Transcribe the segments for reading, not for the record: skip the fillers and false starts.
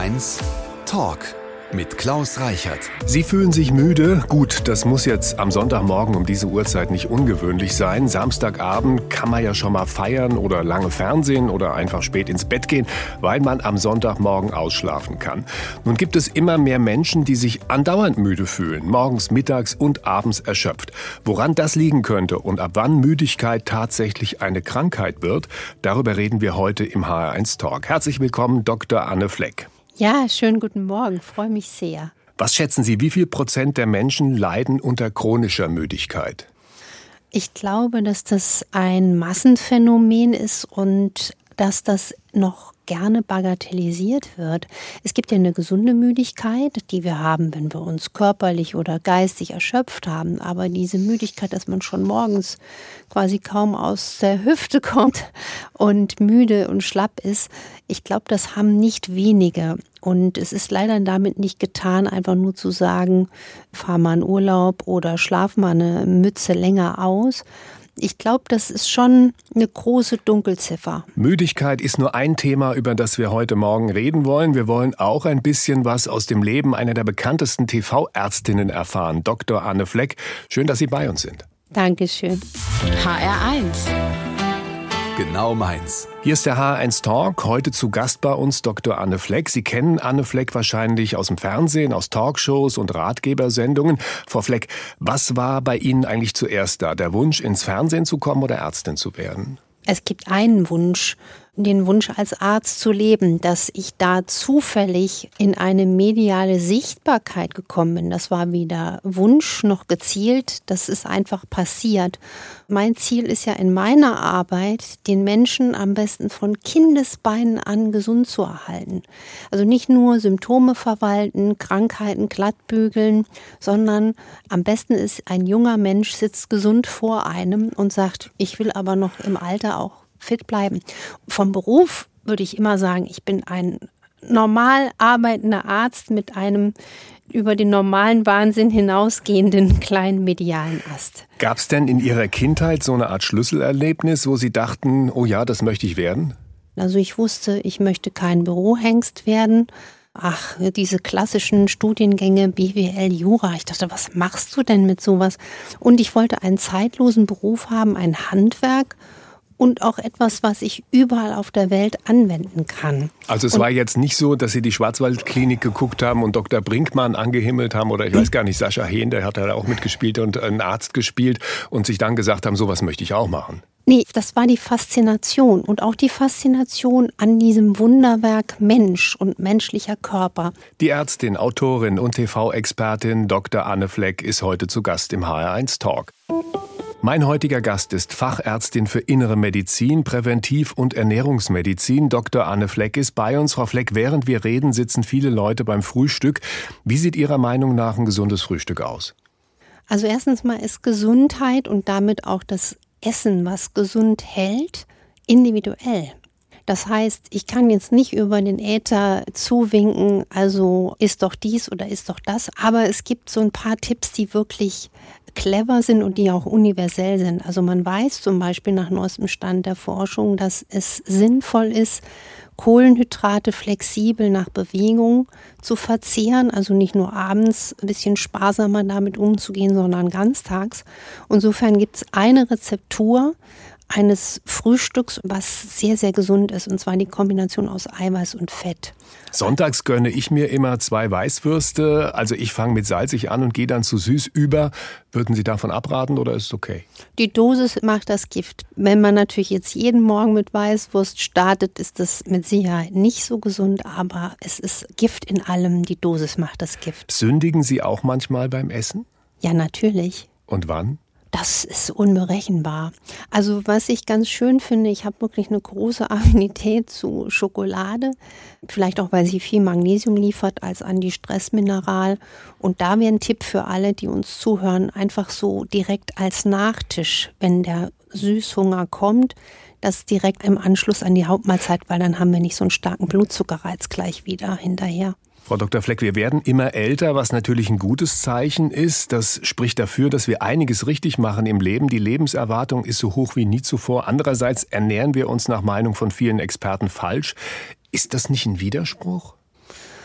HR1 Talk mit Klaus Reichert. Sie fühlen sich müde? Gut, das muss jetzt am Sonntagmorgen um diese Uhrzeit nicht ungewöhnlich sein. Samstagabend kann man ja schon mal feiern oder lange Fernsehen oder einfach spät ins Bett gehen, weil man am Sonntagmorgen ausschlafen kann. Nun gibt es immer mehr Menschen, die sich andauernd müde fühlen, morgens, mittags und abends erschöpft. Woran das liegen könnte und ab wann Müdigkeit tatsächlich eine Krankheit wird, darüber reden wir heute im HR1 Talk. Herzlich willkommen, Dr. Anne Fleck. Ja, schönen guten Morgen, freue mich sehr. Was schätzen Sie, wie viel Prozent der Menschen leiden unter chronischer Müdigkeit? Ich glaube, dass das ein Massenphänomen ist und dass das noch gerne bagatellisiert wird. Es gibt ja eine gesunde Müdigkeit, die wir haben, wenn wir uns körperlich oder geistig erschöpft haben. Aber diese Müdigkeit, dass man schon morgens quasi kaum aus der Hüfte kommt und müde und schlapp ist, ich glaube, das haben nicht wenige. Und es ist leider damit nicht getan, einfach nur zu sagen, fahr mal in Urlaub oder schlaf mal eine Mütze länger aus. Ich glaube, das ist schon eine große Dunkelziffer. Müdigkeit ist nur ein Thema, über das wir heute Morgen reden wollen. Wir wollen auch ein bisschen was aus dem Leben einer der bekanntesten TV-Ärztinnen erfahren, Dr. Anne Fleck. Schön, dass Sie bei uns sind. Dankeschön. HR1 Genau meins. Hier ist der HR1 Talk. Heute zu Gast bei uns Dr. Anne Fleck. Sie kennen Anne Fleck wahrscheinlich aus dem Fernsehen, aus Talkshows und Ratgebersendungen. Frau Fleck, was war bei Ihnen eigentlich zuerst da? Der Wunsch, ins Fernsehen zu kommen oder Ärztin zu werden? Es gibt einen Wunsch, den Wunsch als Arzt zu leben, dass ich da zufällig in eine mediale Sichtbarkeit gekommen bin. Das war weder Wunsch noch gezielt, das ist einfach passiert. Mein Ziel ist ja in meiner Arbeit, den Menschen am besten von Kindesbeinen an gesund zu erhalten. Also nicht nur Symptome verwalten, Krankheiten glattbügeln, sondern am besten ist, ein junger Mensch sitzt gesund vor einem und sagt, ich will aber noch im Alter auch fit bleiben. Vom Beruf würde ich immer sagen, ich bin ein normal arbeitender Arzt mit einem über den normalen Wahnsinn hinausgehenden kleinen medialen Ast. Gab es denn in Ihrer Kindheit so eine Art Schlüsselerlebnis, wo Sie dachten, oh ja, das möchte ich werden? Also ich wusste, ich möchte kein Bürohengst werden. Ach, diese klassischen Studiengänge, BWL, Jura. Ich dachte, was machst du denn mit sowas? Und ich wollte einen zeitlosen Beruf haben, ein Handwerk. Und auch etwas, was ich überall auf der Welt anwenden kann. Also es war jetzt nicht so, dass Sie die Schwarzwaldklinik geguckt haben und Dr. Brinkmann angehimmelt haben oder ich weiß gar nicht, Sascha Hehn, der hat da auch mitgespielt und einen Arzt gespielt und sich dann gesagt haben, sowas möchte ich auch machen. Nee, das war die Faszination und auch die Faszination an diesem Wunderwerk Mensch und menschlicher Körper. Die Ärztin, Autorin und TV-Expertin Dr. Anne Fleck ist heute zu Gast im HR1 Talk. Mein heutiger Gast ist Fachärztin für Innere Medizin, Präventiv- und Ernährungsmedizin. Dr. Anne Fleck ist bei uns. Frau Fleck, während wir reden, sitzen viele Leute beim Frühstück. Wie sieht Ihrer Meinung nach ein gesundes Frühstück aus? Also erstens mal ist Gesundheit und damit auch das Essen, was gesund hält, individuell. Das heißt, ich kann jetzt nicht über den Äther zuwinken, also ist doch dies oder ist doch das. Aber es gibt so ein paar Tipps, die wirklich clever sind und die auch universell sind. Also man weiß zum Beispiel nach neuestem Stand der Forschung, dass es sinnvoll ist, Kohlenhydrate flexibel nach Bewegung zu verzehren, also nicht nur abends ein bisschen sparsamer damit umzugehen, sondern ganztags. Insofern gibt es eine Rezeptur eines Frühstücks, was sehr, sehr gesund ist, und zwar die Kombination aus Eiweiß und Fett. Sonntags gönne ich mir immer 2 Weißwürste, also ich fange mit salzig an und gehe dann zu süß über. Würden Sie davon abraten oder ist es okay? Die Dosis macht das Gift. Wenn man natürlich jetzt jeden Morgen mit Weißwurst startet, ist das mit Sicherheit nicht so gesund, aber es ist Gift in allem, die Dosis macht das Gift. Sündigen Sie auch manchmal beim Essen? Ja, natürlich. Und wann? Das ist unberechenbar. Also was ich ganz schön finde, ich habe wirklich eine große Affinität zu Schokolade. Vielleicht auch, weil sie viel Magnesium liefert als Anti-Stress-Mineral. Und da wäre ein Tipp für alle, die uns zuhören, einfach so direkt als Nachtisch, wenn der Süßhunger kommt, das direkt im Anschluss an die Hauptmahlzeit, weil dann haben wir nicht so einen starken Blutzuckerreiz gleich wieder hinterher. Frau Dr. Fleck, wir werden immer älter, was natürlich ein gutes Zeichen ist. Das spricht dafür, dass wir einiges richtig machen im Leben. Die Lebenserwartung ist so hoch wie nie zuvor. Andererseits ernähren wir uns nach Meinung von vielen Experten falsch. Ist das nicht ein Widerspruch?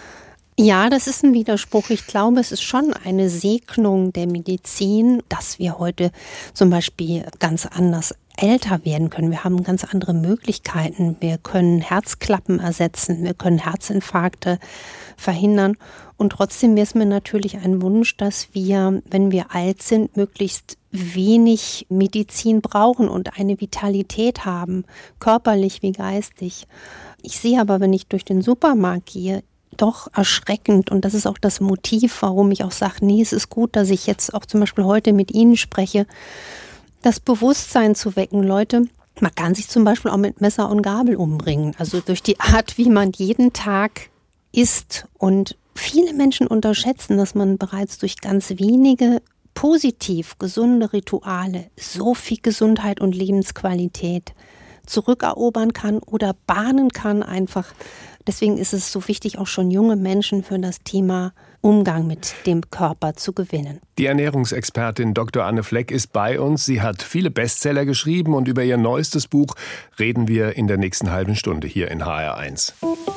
Ja, das ist ein Widerspruch. Ich glaube, es ist schon eine Segnung der Medizin, dass wir heute zum Beispiel ganz anders älter werden können. Wir haben ganz andere Möglichkeiten. Wir können Herzklappen ersetzen, wir können Herzinfarkte verhindern. Und trotzdem wäre es mir natürlich ein Wunsch, dass wir, wenn wir alt sind, möglichst wenig Medizin brauchen und eine Vitalität haben, körperlich wie geistig. Ich sehe aber, wenn ich durch den Supermarkt gehe, doch erschreckend, und das ist auch das Motiv, warum ich auch sage, nee, es ist gut, dass ich jetzt auch zum Beispiel heute mit Ihnen spreche, das Bewusstsein zu wecken. Leute, man kann sich zum Beispiel auch mit Messer und Gabel umbringen, also durch die Art, wie man jeden Tag isst. Und viele Menschen unterschätzen, dass man bereits durch ganz wenige positiv gesunde Rituale so viel Gesundheit und Lebensqualität zurückerobern kann oder bahnen kann einfach. Deswegen ist es so wichtig, auch schon junge Menschen für das Thema Umgang mit dem Körper zu gewinnen. Die Ernährungsexpertin Dr. Anne Fleck ist bei uns. Sie hat viele Bestseller geschrieben und über ihr neuestes Buch reden wir in der nächsten halben Stunde hier in HR1.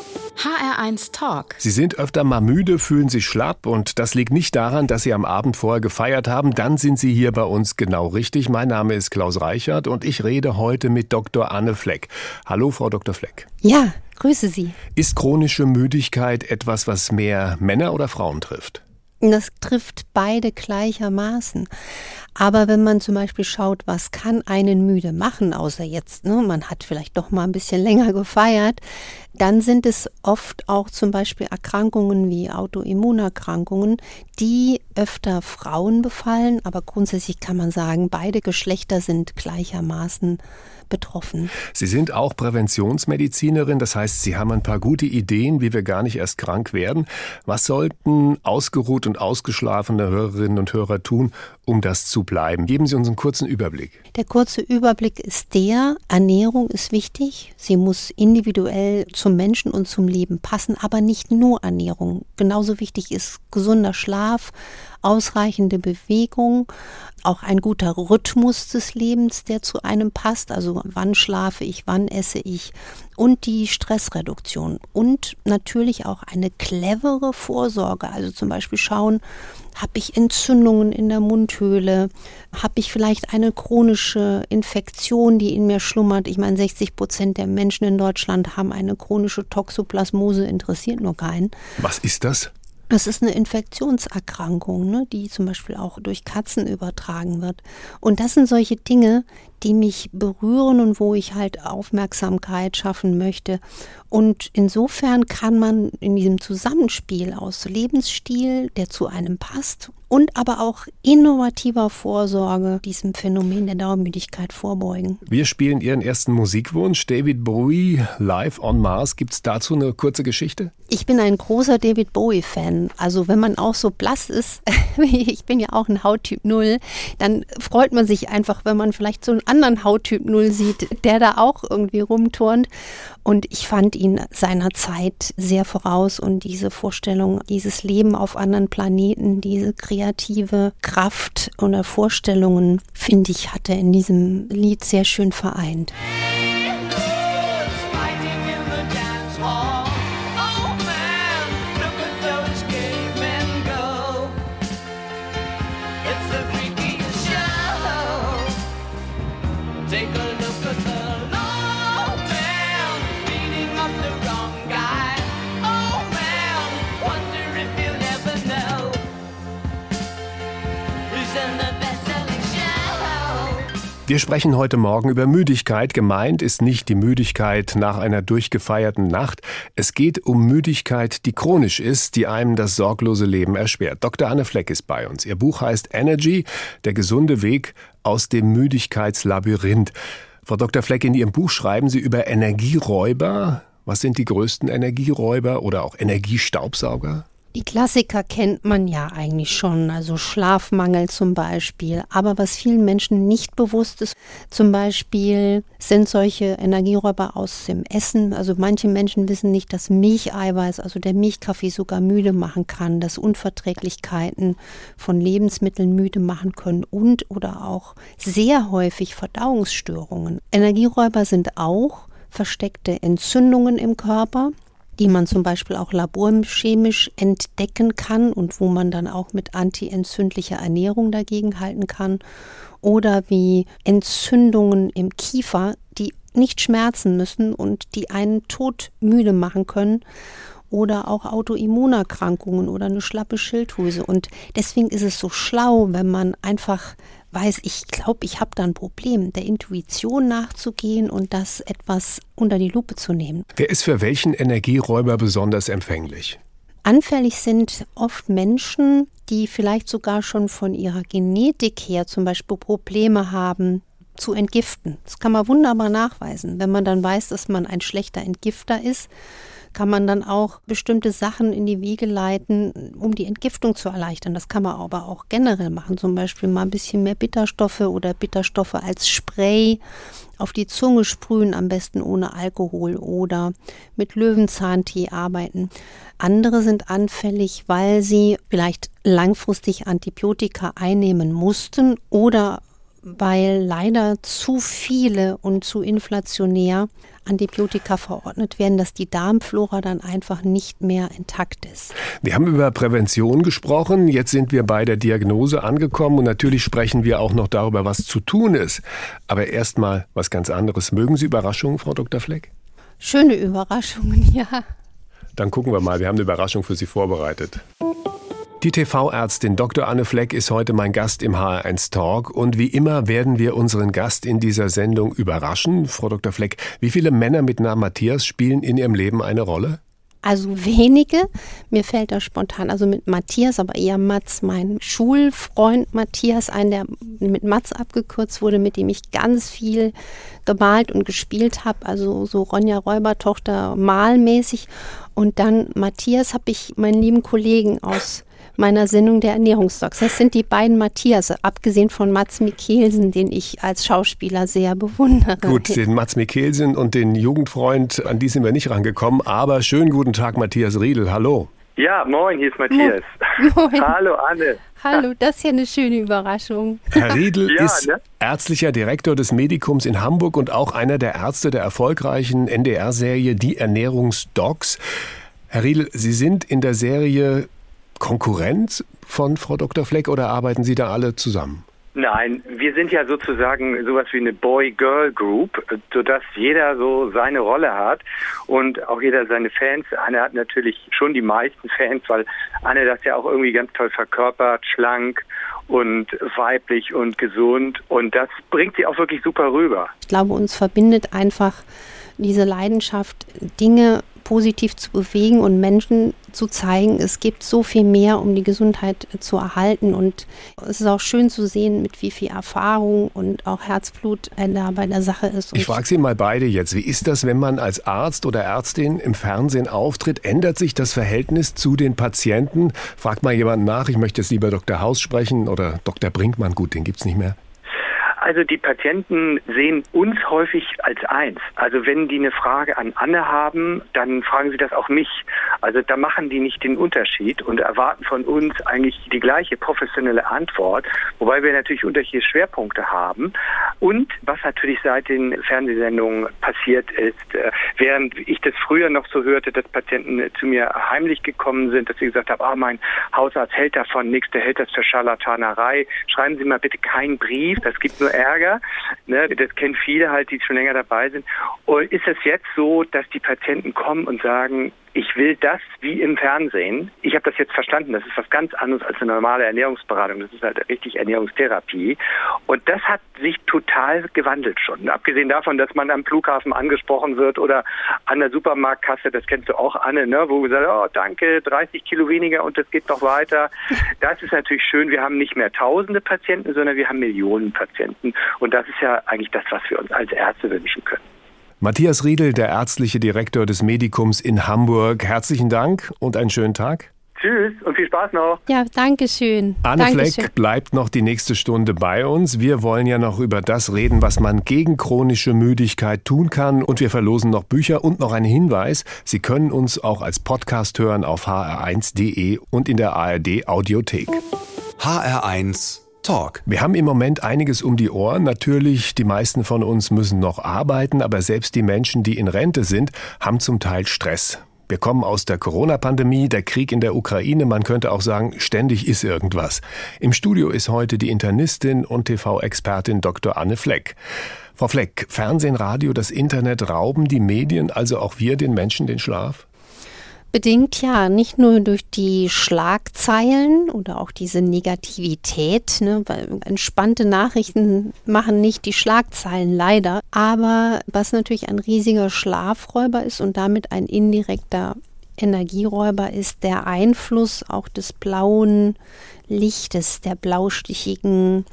HR1 Talk. Sie sind öfter mal müde, fühlen sich schlapp und das liegt nicht daran, dass Sie am Abend vorher gefeiert haben. Dann sind Sie hier bei uns genau richtig. Mein Name ist Klaus Reichert und ich rede heute mit Dr. Anne Fleck. Hallo, Frau Dr. Fleck. Ja, grüße Sie. Ist chronische Müdigkeit etwas, was mehr Männer oder Frauen trifft? Das trifft beide gleichermaßen. Aber wenn man zum Beispiel schaut, was kann einen müde machen, außer jetzt, man hat vielleicht doch mal ein bisschen länger gefeiert, dann sind es oft auch zum Beispiel Erkrankungen wie Autoimmunerkrankungen, die öfter Frauen befallen. Aber grundsätzlich kann man sagen, beide Geschlechter sind gleichermaßen betroffen. Sie sind auch Präventionsmedizinerin, das heißt, Sie haben ein paar gute Ideen, wie wir gar nicht erst krank werden. Was sollten ausgeruht und ausgeschlafene Hörerinnen und Hörer tun, um das zu bleiben? Geben Sie uns einen kurzen Überblick. Der kurze Überblick ist Ernährung ist wichtig. Sie muss individuell zum Menschen und zum Leben passen, aber nicht nur Ernährung. Genauso wichtig ist gesunder Schlaf, ausreichende Bewegung, auch ein guter Rhythmus des Lebens, der zu einem passt. Also wann schlafe ich, wann esse ich, und die Stressreduktion. Und natürlich auch eine clevere Vorsorge. Also zum Beispiel schauen, habe ich Entzündungen in der Mundhöhle? Habe ich vielleicht eine chronische Infektion, die in mir schlummert? Ich meine, 60% der Menschen in Deutschland haben eine chronische Toxoplasmose, interessiert nur keinen. Was ist das? Das ist eine Infektionserkrankung, die zum Beispiel auch durch Katzen übertragen wird. Und das sind solche Dinge, die mich berühren und wo ich halt Aufmerksamkeit schaffen möchte. Und insofern kann man in diesem Zusammenspiel aus Lebensstil, der zu einem passt, und aber auch innovativer Vorsorge diesem Phänomen der Dauermüdigkeit vorbeugen. Wir spielen Ihren ersten Musikwunsch, David Bowie, Live on Mars. Gibt es dazu eine kurze Geschichte? Ich bin ein großer David Bowie-Fan. Also wenn man auch so blass ist, ich bin ja auch ein Hauttyp 0, dann freut man sich einfach, wenn man vielleicht so einen anderen Hauttyp 0 sieht, der da auch irgendwie rumturnt. Und ich fand ihn seiner Zeit sehr voraus, und diese Vorstellung, dieses Leben auf anderen Planeten, diese kreative Kraft oder Vorstellungen, finde ich, hat er in diesem Lied sehr schön vereint. Wir sprechen heute Morgen über Müdigkeit. Gemeint ist nicht die Müdigkeit nach einer durchgefeierten Nacht. Es geht um Müdigkeit, die chronisch ist, die einem das sorglose Leben erschwert. Dr. Anne Fleck ist bei uns. Ihr Buch heißt Energy, der gesunde Weg aus dem Müdigkeitslabyrinth. Frau Dr. Fleck, in Ihrem Buch schreiben Sie über Energieräuber. Was sind die größten Energieräuber oder auch Energiestaubsauger? Die Klassiker kennt man ja eigentlich schon, also Schlafmangel zum Beispiel. Aber was vielen Menschen nicht bewusst ist, zum Beispiel sind solche Energieräuber aus dem Essen. Also manche Menschen wissen nicht, dass Milcheiweiß, also der Milchkaffee, sogar müde machen kann, dass Unverträglichkeiten von Lebensmitteln müde machen können und oder auch sehr häufig Verdauungsstörungen. Energieräuber sind auch versteckte Entzündungen im Körper. die man zum Beispiel auch laborchemisch entdecken kann und wo man dann auch mit antientzündlicher Ernährung dagegen halten kann. Oder wie Entzündungen im Kiefer, die nicht schmerzen müssen und die einen todmüde machen können. Oder auch Autoimmunerkrankungen oder eine schlappe Schilddrüse. Und deswegen ist es so schlau, wenn man einfach weiß, ich glaube, ich habe da ein Problem, der Intuition nachzugehen und das etwas unter die Lupe zu nehmen. Wer ist für welchen Energieräuber besonders empfänglich? Anfällig sind oft Menschen, die vielleicht sogar schon von ihrer Genetik her zum Beispiel Probleme haben, zu entgiften. Das kann man wunderbar nachweisen. Wenn man dann weiß, dass man ein schlechter Entgifter ist, kann man dann auch bestimmte Sachen in die Wege leiten, um die Entgiftung zu erleichtern. Das kann man aber auch generell machen, zum Beispiel mal ein bisschen mehr Bitterstoffe oder Bitterstoffe als Spray auf die Zunge sprühen, am besten ohne Alkohol oder mit Löwenzahntee arbeiten. Andere sind anfällig, weil sie vielleicht langfristig Antibiotika einnehmen mussten oder weil leider zu viele und zu inflationär Antibiotika verordnet werden, dass die Darmflora dann einfach nicht mehr intakt ist. Wir haben über Prävention gesprochen, jetzt sind wir bei der Diagnose angekommen und natürlich sprechen wir auch noch darüber, was zu tun ist. Aber erstmal was ganz anderes. Mögen Sie Überraschungen, Frau Dr. Fleck? Schöne Überraschungen, ja. Dann gucken wir mal, wir haben eine Überraschung für Sie vorbereitet. Die TV-Ärztin Dr. Anne Fleck ist heute mein Gast im HR1 Talk und wie immer werden wir unseren Gast in dieser Sendung überraschen. Frau Dr. Fleck, wie viele Männer mit Namen Matthias spielen in Ihrem Leben eine Rolle? Also wenige, mir fällt da spontan, also mit Matthias, aber eher Mats, mein Schulfreund Matthias, der mit Mats abgekürzt wurde, mit dem ich ganz viel gemalt und gespielt habe, also so Ronja Räubertochter malmäßig. Und dann Matthias habe ich meinen lieben Kollegen aus meiner Sendung der Ernährungsdocs. Das sind die beiden Matthias, abgesehen von Mads Mikkelsen, den ich als Schauspieler sehr bewundere. Gut, den Mads Mikkelsen und den Jugendfreund, an die sind wir nicht rangekommen, aber schönen guten Tag, Matthias Riedel, hallo. Ja, moin, hier ist Matthias. Moin. Hallo Anne. Hallo, das ist ja eine schöne Überraschung. Herr Riedel ist ärztlicher Direktor des Medikums in Hamburg und auch einer der Ärzte der erfolgreichen NDR-Serie Die Ernährungsdocs. Herr Riedel, Sie sind in der Serie Konkurrent von Frau Dr. Fleck oder arbeiten Sie da alle zusammen? Nein, wir sind ja sozusagen sowas wie eine Boy-Girl-Group, sodass jeder so seine Rolle hat und auch jeder seine Fans. Anne hat natürlich schon die meisten Fans, weil Anne das ja auch irgendwie ganz toll verkörpert, schlank und weiblich und gesund und das bringt sie auch wirklich super rüber. Ich glaube, uns verbindet einfach diese Leidenschaft, Dinge positiv zu bewegen und Menschen zu zeigen, es gibt so viel mehr, um die Gesundheit zu erhalten und es ist auch schön zu sehen, mit wie viel Erfahrung und auch Herzblut da bei der Sache ist. Und ich frage Sie mal beide jetzt, wie ist das, wenn man als Arzt oder Ärztin im Fernsehen auftritt? Ändert sich das Verhältnis zu den Patienten? Fragt mal jemanden nach, ich möchte jetzt lieber Dr. Haus sprechen oder Dr. Brinkmann, gut, den gibt's nicht mehr. Also die Patienten sehen uns häufig als eins. Also wenn die eine Frage an Anne haben, dann fragen sie das auch mich. Also da machen die nicht den Unterschied und erwarten von uns eigentlich die gleiche professionelle Antwort, wobei wir natürlich unterschiedliche Schwerpunkte haben. Und was natürlich seit den Fernsehsendungen passiert ist, während ich das früher noch so hörte, dass Patienten zu mir heimlich gekommen sind, dass sie gesagt haben, mein Hausarzt hält davon nichts, der hält das für Scharlatanerei. Schreiben Sie mal bitte keinen Brief, das gibt nur Ärger. Ne? Das kennen viele halt, die schon länger dabei sind. Und ist es jetzt so, dass die Patienten kommen und sagen, ich will das wie im Fernsehen. Ich habe das jetzt verstanden. Das ist was ganz anderes als eine normale Ernährungsberatung. Das ist halt richtig Ernährungstherapie. Und das hat sich total gewandelt schon. Abgesehen davon, dass man am Flughafen angesprochen wird oder an der Supermarktkasse, das kennst du auch, Anne, ne? Wo gesagt, oh danke, 30 Kilo weniger und das geht noch weiter. Das ist natürlich schön. Wir haben nicht mehr tausende Patienten, sondern wir haben Millionen Patienten. Und das ist ja eigentlich das, was wir uns als Ärzte wünschen können. Matthias Riedel, der ärztliche Direktor des Medikums in Hamburg. Herzlichen Dank und einen schönen Tag. Tschüss und viel Spaß noch. Ja, danke schön. Anne Fleck bleibt noch die nächste Stunde bei uns. Wir wollen ja noch über das reden, was man gegen chronische Müdigkeit tun kann. Und wir verlosen noch Bücher und noch einen Hinweis. Sie können uns auch als Podcast hören auf hr1.de und in der ARD Audiothek. HR1 Talk. Wir haben im Moment einiges um die Ohren. Natürlich, die meisten von uns müssen noch arbeiten, aber selbst die Menschen, die in Rente sind, haben zum Teil Stress. Wir kommen aus der Corona-Pandemie, der Krieg in der Ukraine, man könnte auch sagen, ständig ist irgendwas. Im Studio ist heute die Internistin und TV-Expertin Dr. Anne Fleck. Frau Fleck, Fernsehen, Radio, das Internet rauben die Medien, also auch wir den Menschen den Schlaf? Bedingt ja, nicht nur durch die Schlagzeilen oder auch diese Negativität, weil entspannte Nachrichten machen nicht die Schlagzeilen leider, aber was natürlich ein riesiger Schlafräuber ist und damit ein indirekter Energieräuber ist der Einfluss auch des blauen Lichtes, der blaustichigen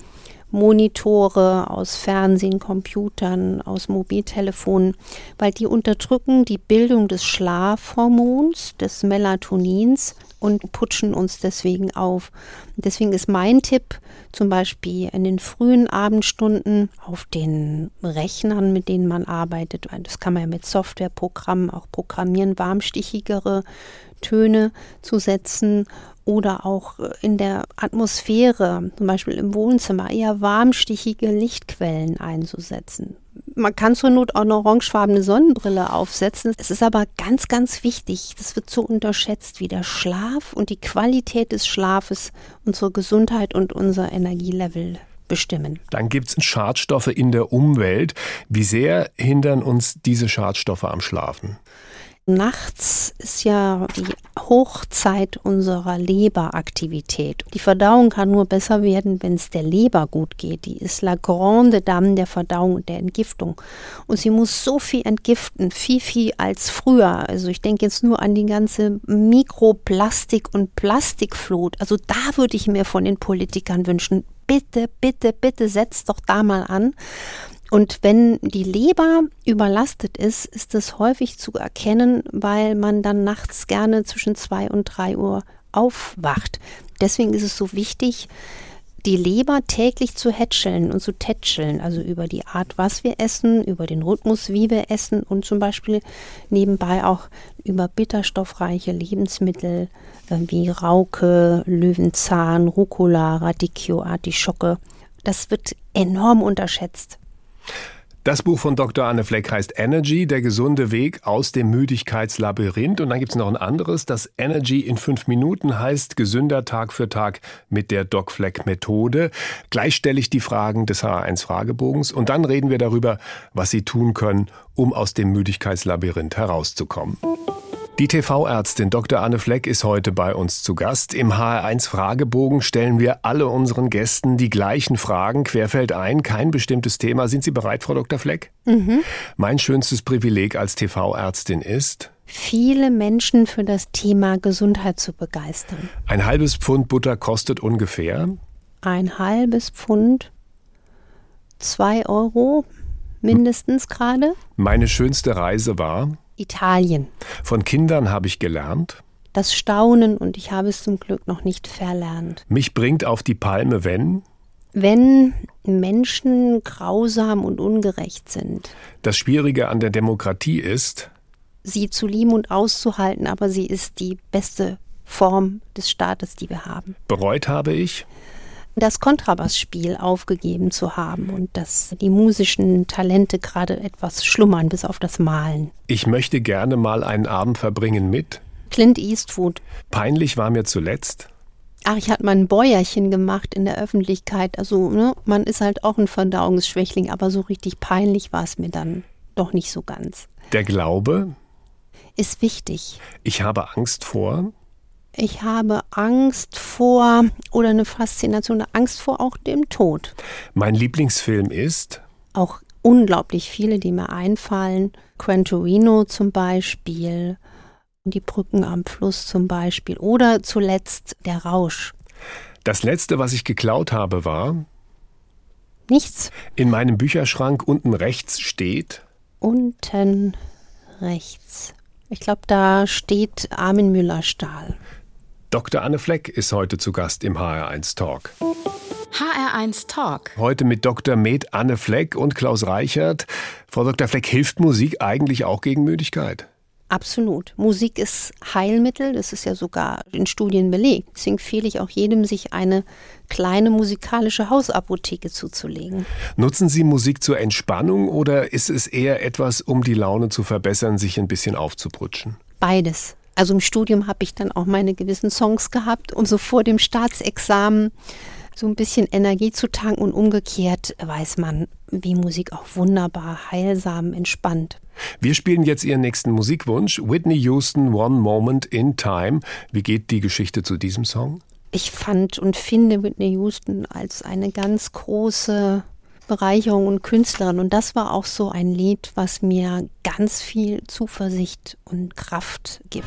Monitore aus Fernsehen, Computern, aus Mobiltelefonen, weil die unterdrücken die Bildung des Schlafhormons, des Melatonins und putschen uns deswegen auf. Deswegen ist mein Tipp, zum Beispiel in den frühen Abendstunden auf den Rechnern, mit denen man arbeitet, das kann man ja mit Softwareprogrammen auch programmieren, warmstichigere Töne zu setzen oder auch in der Atmosphäre, zum Beispiel im Wohnzimmer, eher warmstichige Lichtquellen einzusetzen. Man kann zur Not auch eine orangefarbene Sonnenbrille aufsetzen. Es ist aber ganz, ganz wichtig, das wird so unterschätzt, wie der Schlaf und die Qualität des Schlafes unsere Gesundheit und unser Energielevel bestimmen. Dann gibt es Schadstoffe in der Umwelt. Wie sehr hindern uns diese Schadstoffe am Schlafen? Nachts ist ja die Hochzeit unserer Leberaktivität. Die Verdauung kann nur besser werden, wenn es der Leber gut geht. Die ist la grande dame der Verdauung und der Entgiftung. Und sie muss so viel entgiften, viel als früher. Also ich denke jetzt nur an die ganze Mikroplastik- und Plastikflut. Also da würde ich mir von den Politikern wünschen, bitte, setzt doch da mal an. Und wenn die Leber überlastet ist, ist das häufig zu erkennen, weil man dann nachts gerne zwischen 2 und 3 Uhr aufwacht. Deswegen ist es so wichtig, die Leber täglich zu hätscheln und zu tätscheln, also über die Art, was wir essen, über den Rhythmus, wie wir essen und zum Beispiel nebenbei auch über bitterstoffreiche Lebensmittel wie Rauke, Löwenzahn, Rucola, Radicchio, Artischocke. Das wird enorm unterschätzt. Das Buch von Dr. Anne Fleck heißt Energy, der gesunde Weg aus dem Müdigkeitslabyrinth. Und dann gibt es noch ein anderes, das Energy in 5 Minuten heißt gesünder Tag für Tag mit der Doc Fleck Methode. Gleich stelle ich die Fragen des HR1 Fragebogens und dann reden wir darüber, was Sie tun können, um aus dem Müdigkeitslabyrinth herauszukommen. Die TV-Ärztin Dr. Anne Fleck ist heute bei uns zu Gast. Im HR1 Fragebogen stellen wir alle unseren Gästen die gleichen Fragen, querfeldein, kein bestimmtes Thema. Sind Sie bereit, Frau Dr. Fleck? Mhm. Mein schönstes Privileg als TV-Ärztin ist, viele Menschen für das Thema Gesundheit zu begeistern. Ein halbes Pfund Butter kostet ungefähr? Ein halbes Pfund, 2 € mindestens gerade. Meine schönste Reise war? Italien. Von Kindern habe ich gelernt? Das Staunen und ich habe es zum Glück noch nicht verlernt. Mich bringt auf die Palme, wenn? Wenn Menschen grausam und ungerecht sind. Das Schwierige an der Demokratie ist? Sie zu lieben und auszuhalten, aber sie ist die beste Form des Staates, die wir haben. Bereut habe ich? Das Kontrabassspiel aufgegeben zu haben und dass die musischen Talente gerade etwas schlummern, bis auf das Malen. Ich möchte gerne mal einen Abend verbringen mit? Clint Eastwood. Peinlich war mir zuletzt? Ach, ich hatte mal ein Bäuerchen gemacht in der Öffentlichkeit. Also, man ist halt auch ein Verdauungsschwächling, aber so richtig peinlich war es mir dann doch nicht so ganz. Der Glaube? Ist wichtig. Ich habe Angst vor? Ich habe Angst vor, oder eine Faszination, eine Angst vor auch dem Tod. Mein Lieblingsfilm ist? Auch unglaublich viele, die mir einfallen. Gran Torino zum Beispiel, die Brücken am Fluss zum Beispiel oder zuletzt Der Rausch. Das letzte, was ich geklaut habe, war? Nichts. In meinem Bücherschrank unten rechts steht? Unten rechts. Ich glaube, da steht Armin Müller-Stahl. Dr. Anne Fleck ist heute zu Gast im HR1 Talk. HR1 Talk. Heute mit Dr. Med Anne Fleck und Klaus Reichert. Frau Dr. Fleck, hilft Musik eigentlich auch gegen Müdigkeit? Absolut. Musik ist Heilmittel, das ist ja sogar in Studien belegt. Deswegen empfehle ich auch jedem, sich eine kleine musikalische Hausapotheke zuzulegen. Nutzen Sie Musik zur Entspannung oder ist es eher etwas, um die Laune zu verbessern, sich ein bisschen aufzuprutschen? Beides. Also im Studium habe ich dann auch meine gewissen Songs gehabt, um so vor dem Staatsexamen so ein bisschen Energie zu tanken, und umgekehrt weiß man, wie Musik auch wunderbar, heilsam, entspannt. Wir spielen jetzt Ihren nächsten Musikwunsch, Whitney Houston, One Moment in Time. Wie geht die Geschichte zu diesem Song? Ich fand und finde Whitney Houston als eine ganz große Bereicherung und Künstlerin, und das war auch so ein Lied, was mir ganz viel Zuversicht und Kraft gibt.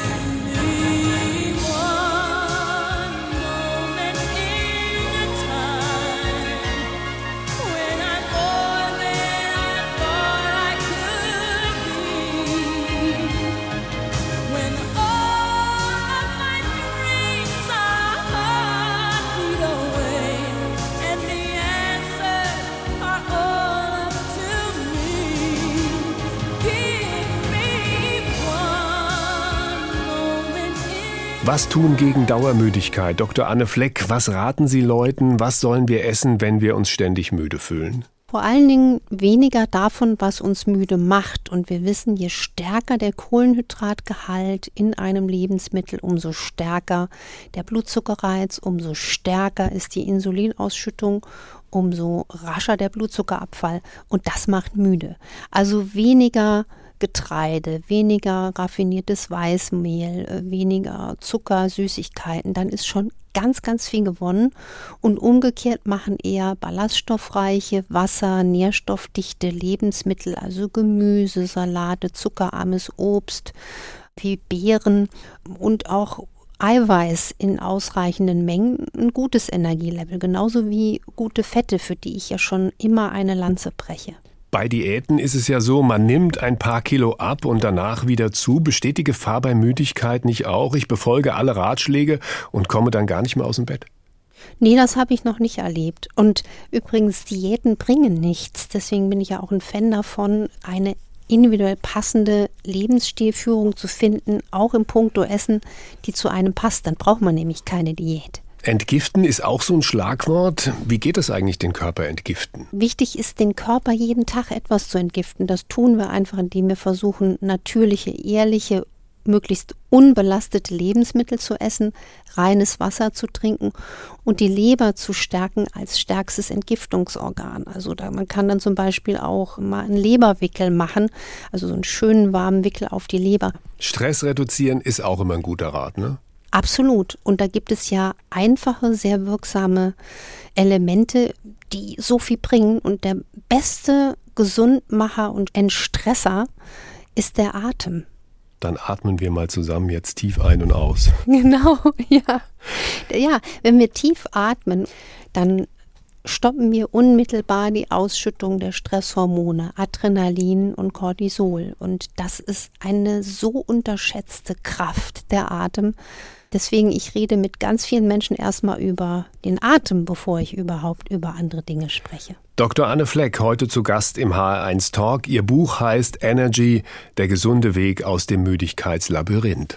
Was tun gegen Dauermüdigkeit? Dr. Anne Fleck, was raten Sie Leuten? Was sollen wir essen, wenn wir uns ständig müde fühlen? Vor allen Dingen weniger davon, was uns müde macht. Und wir wissen, je stärker der Kohlenhydratgehalt in einem Lebensmittel, umso stärker der Blutzuckerreiz, umso stärker ist die Insulinausschüttung, umso rascher der Blutzuckerabfall. Und das macht müde. Also weniger Getreide, weniger raffiniertes Weißmehl, weniger Zucker, Süßigkeiten, dann ist schon ganz, ganz viel gewonnen. Und umgekehrt machen eher ballaststoffreiche, wasser-, nährstoffdichte Lebensmittel, also Gemüse, Salate, zuckerarmes Obst, wie Beeren und auch Eiweiß in ausreichenden Mengen ein gutes Energielevel, genauso wie gute Fette, für die ich ja schon immer eine Lanze breche. Bei Diäten ist es ja so, man nimmt ein paar Kilo ab und danach wieder zu. Besteht die Gefahr bei Müdigkeit nicht auch? Ich befolge alle Ratschläge und komme dann gar nicht mehr aus dem Bett. Nee, das habe ich noch nicht erlebt. Und übrigens, Diäten bringen nichts. Deswegen bin ich ja auch ein Fan davon, eine individuell passende Lebensstilführung zu finden, auch im Puncto Essen, die zu einem passt. Dann braucht man nämlich keine Diät. Entgiften ist auch so ein Schlagwort. Wie geht es eigentlich, den Körper entgiften? Wichtig ist, den Körper jeden Tag etwas zu entgiften. Das tun wir einfach, indem wir versuchen, natürliche, ehrliche, möglichst unbelastete Lebensmittel zu essen, reines Wasser zu trinken und die Leber zu stärken als stärkstes Entgiftungsorgan. Also man kann dann zum Beispiel auch mal einen Leberwickel machen, also so einen schönen warmen Wickel auf die Leber. Stress reduzieren ist auch immer ein guter Rat, ne? Absolut. Und da gibt es ja einfache, sehr wirksame Elemente, die so viel bringen. Und der beste Gesundmacher und Entstresser ist der Atem. Dann atmen wir mal zusammen jetzt tief ein und aus. Genau, ja. Ja, wenn wir tief atmen, dann stoppen wir unmittelbar die Ausschüttung der Stresshormone, Adrenalin und Cortisol. Und das ist eine so unterschätzte Kraft, der Atem. Deswegen, ich rede mit ganz vielen Menschen erstmal über den Atem, bevor ich überhaupt über andere Dinge spreche. Dr. Anne Fleck, heute zu Gast im HR1 Talk. Ihr Buch heißt Energy, der gesunde Weg aus dem Müdigkeitslabyrinth.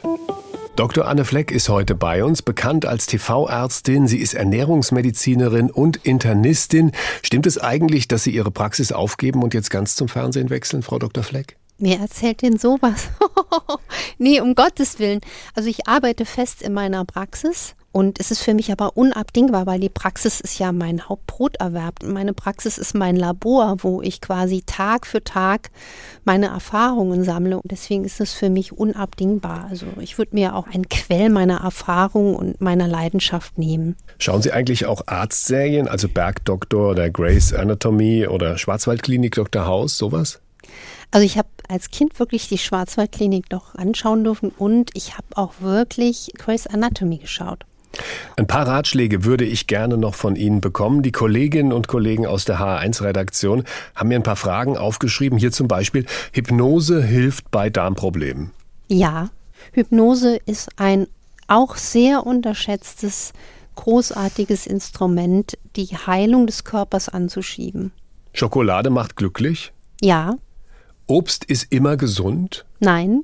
Dr. Anne Fleck ist heute bei uns, bekannt als TV-Ärztin. Sie ist Ernährungsmedizinerin und Internistin. Stimmt es eigentlich, dass Sie Ihre Praxis aufgeben und jetzt ganz zum Fernsehen wechseln, Frau Dr. Fleck? Wer erzählt denn sowas? Nee, um Gottes Willen. Also ich arbeite fest in meiner Praxis und es ist für mich aber unabdingbar, weil die Praxis ist ja mein Hauptbroterwerb. Meine Praxis ist mein Labor, wo ich quasi Tag für Tag meine Erfahrungen sammle. Und deswegen ist es für mich unabdingbar. Also ich würde mir auch einen Quell meiner Erfahrung und meiner Leidenschaft nehmen. Schauen Sie eigentlich auch Arztserien, also Bergdoktor oder Grey's Anatomy oder Schwarzwaldklinik Dr. House, sowas? Also ich habe als Kind wirklich die Schwarzwaldklinik doch anschauen dürfen und ich habe auch wirklich Grey's Anatomy geschaut. Ein paar Ratschläge würde ich gerne noch von Ihnen bekommen. Die Kolleginnen und Kollegen aus der HR1-Redaktion haben mir ein paar Fragen aufgeschrieben. Hier zum Beispiel, Hypnose hilft bei Darmproblemen. Ja, Hypnose ist ein auch sehr unterschätztes, großartiges Instrument, die Heilung des Körpers anzuschieben. Schokolade macht glücklich? Ja. Obst ist immer gesund? Nein.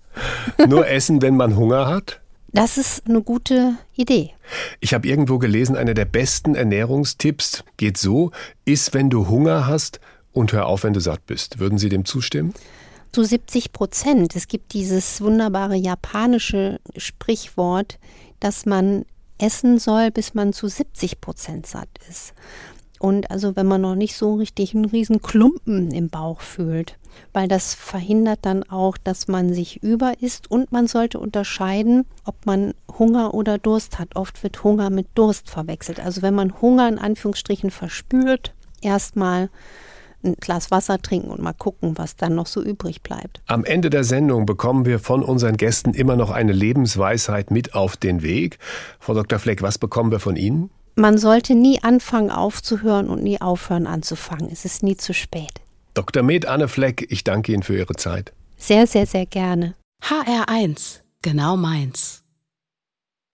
Nur essen, wenn man Hunger hat? Das ist eine gute Idee. Ich habe irgendwo gelesen, einer der besten Ernährungstipps geht so: iss, wenn du Hunger hast und hör auf, wenn du satt bist. Würden Sie dem zustimmen? zu 70%. Es gibt dieses wunderbare japanische Sprichwort, dass man essen soll, bis man zu 70% satt ist. Und also wenn man noch nicht so richtig einen riesen Klumpen im Bauch fühlt, weil das verhindert dann auch, dass man sich überisst, und man sollte unterscheiden, ob man Hunger oder Durst hat. Oft wird Hunger mit Durst verwechselt. Also wenn man Hunger in Anführungsstrichen verspürt, erstmal ein Glas Wasser trinken und mal gucken, was dann noch so übrig bleibt. Am Ende der Sendung bekommen wir von unseren Gästen immer noch eine Lebensweisheit mit auf den Weg. Frau Dr. Fleck, was bekommen wir von Ihnen? Man sollte nie anfangen aufzuhören und nie aufhören anzufangen. Es ist nie zu spät. Dr. Med Anne Fleck, ich danke Ihnen für Ihre Zeit. Sehr, sehr, sehr gerne. HR1, genau meins.